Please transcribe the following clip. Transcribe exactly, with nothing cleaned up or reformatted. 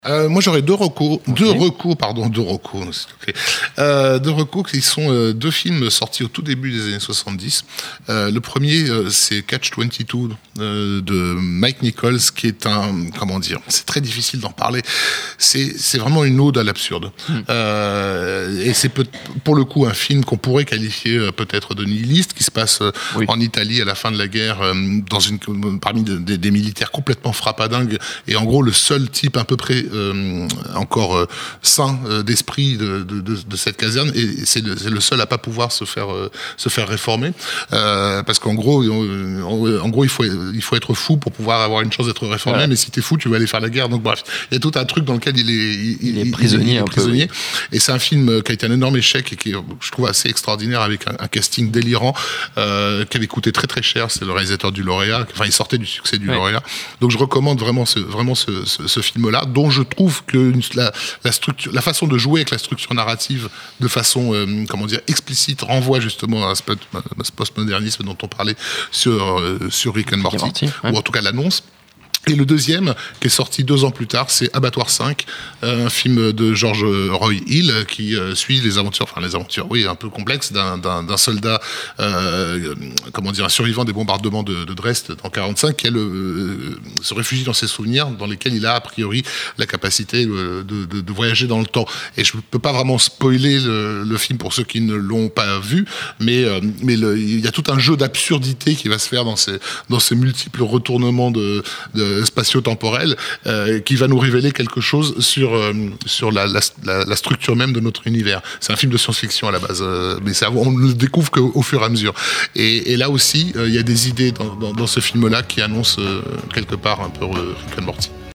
Euh, moi, j'aurais deux recos, okay. deux recos, pardon, deux recos, s'il te plaît. Euh, deux recos qui sont euh, deux films sortis au tout début des années soixante-dix. Euh, le premier, euh, c'est Catch vingt-deux euh, de Mike Nichols, qui est un, comment dire, c'est très difficile d'en parler. C'est, c'est vraiment une ode à l'absurde. Mm. Euh, et c'est peut, pour le coup un film qu'on pourrait qualifier euh, peut-être de nihiliste, qui se passe euh, oui. en Italie à la fin de la guerre, euh, dans une, parmi de, de, des militaires complètement frappadingues, et en gros le seul type à peu près Euh, encore euh, sain euh, d'esprit de, de, de, de cette caserne, et c'est le, c'est le seul à pas pouvoir se faire euh, se faire réformer euh, parce qu'en gros euh, en, en gros il faut il faut être fou pour pouvoir avoir une chance d'être réformé, ouais. mais si t'es fou tu vas aller faire la guerre. Donc bref, il y a tout un truc dans lequel il est il, il est prisonnier, il, il est un prisonnier. peu, oui. Et c'est un film qui a été un énorme échec et qui est, je trouve, assez extraordinaire, avec un, un casting délirant euh, qui avait coûté très très cher. C'est le réalisateur du lauréat, enfin il sortait du succès du ouais. lauréat. Donc je recommande vraiment ce vraiment ce, ce, ce film là, dont je Je trouve que la, la, structure, la façon de jouer avec la structure narrative de façon, euh, comment dire, explicite, renvoie justement à ce postmodernisme dont on parlait sur, euh, sur Rick and Morty, Morty ouais. ou en tout cas l'annonce. Et le deuxième, qui est sorti deux ans plus tard, c'est Abattoir cinq, un film de George Roy Hill qui euh, suit les aventures, enfin les aventures, oui, un peu complexes, d'un, d'un, d'un soldat, euh, comment dire, un survivant des bombardements de, de Dresde en quarante-cinq, qui elle, euh, se réfugie dans ses souvenirs, dans lesquels il a a priori la capacité de, de, de voyager dans le temps. Et je ne peux pas vraiment spoiler le, le film pour ceux qui ne l'ont pas vu, mais, euh, mais le, il y a tout un jeu d'absurdité qui va se faire dans ces, dans ces multiples retournements de, de spatio-temporel, euh, qui va nous révéler quelque chose sur, euh, sur la, la, la structure même de notre univers. C'est un film de science-fiction à la base, euh, mais ça, on ne le découvre qu'au fur et à mesure. Et, et là aussi, il euh, y a des idées dans, dans, dans ce film-là qui annoncent euh, quelque part un peu euh, Rick and Morty.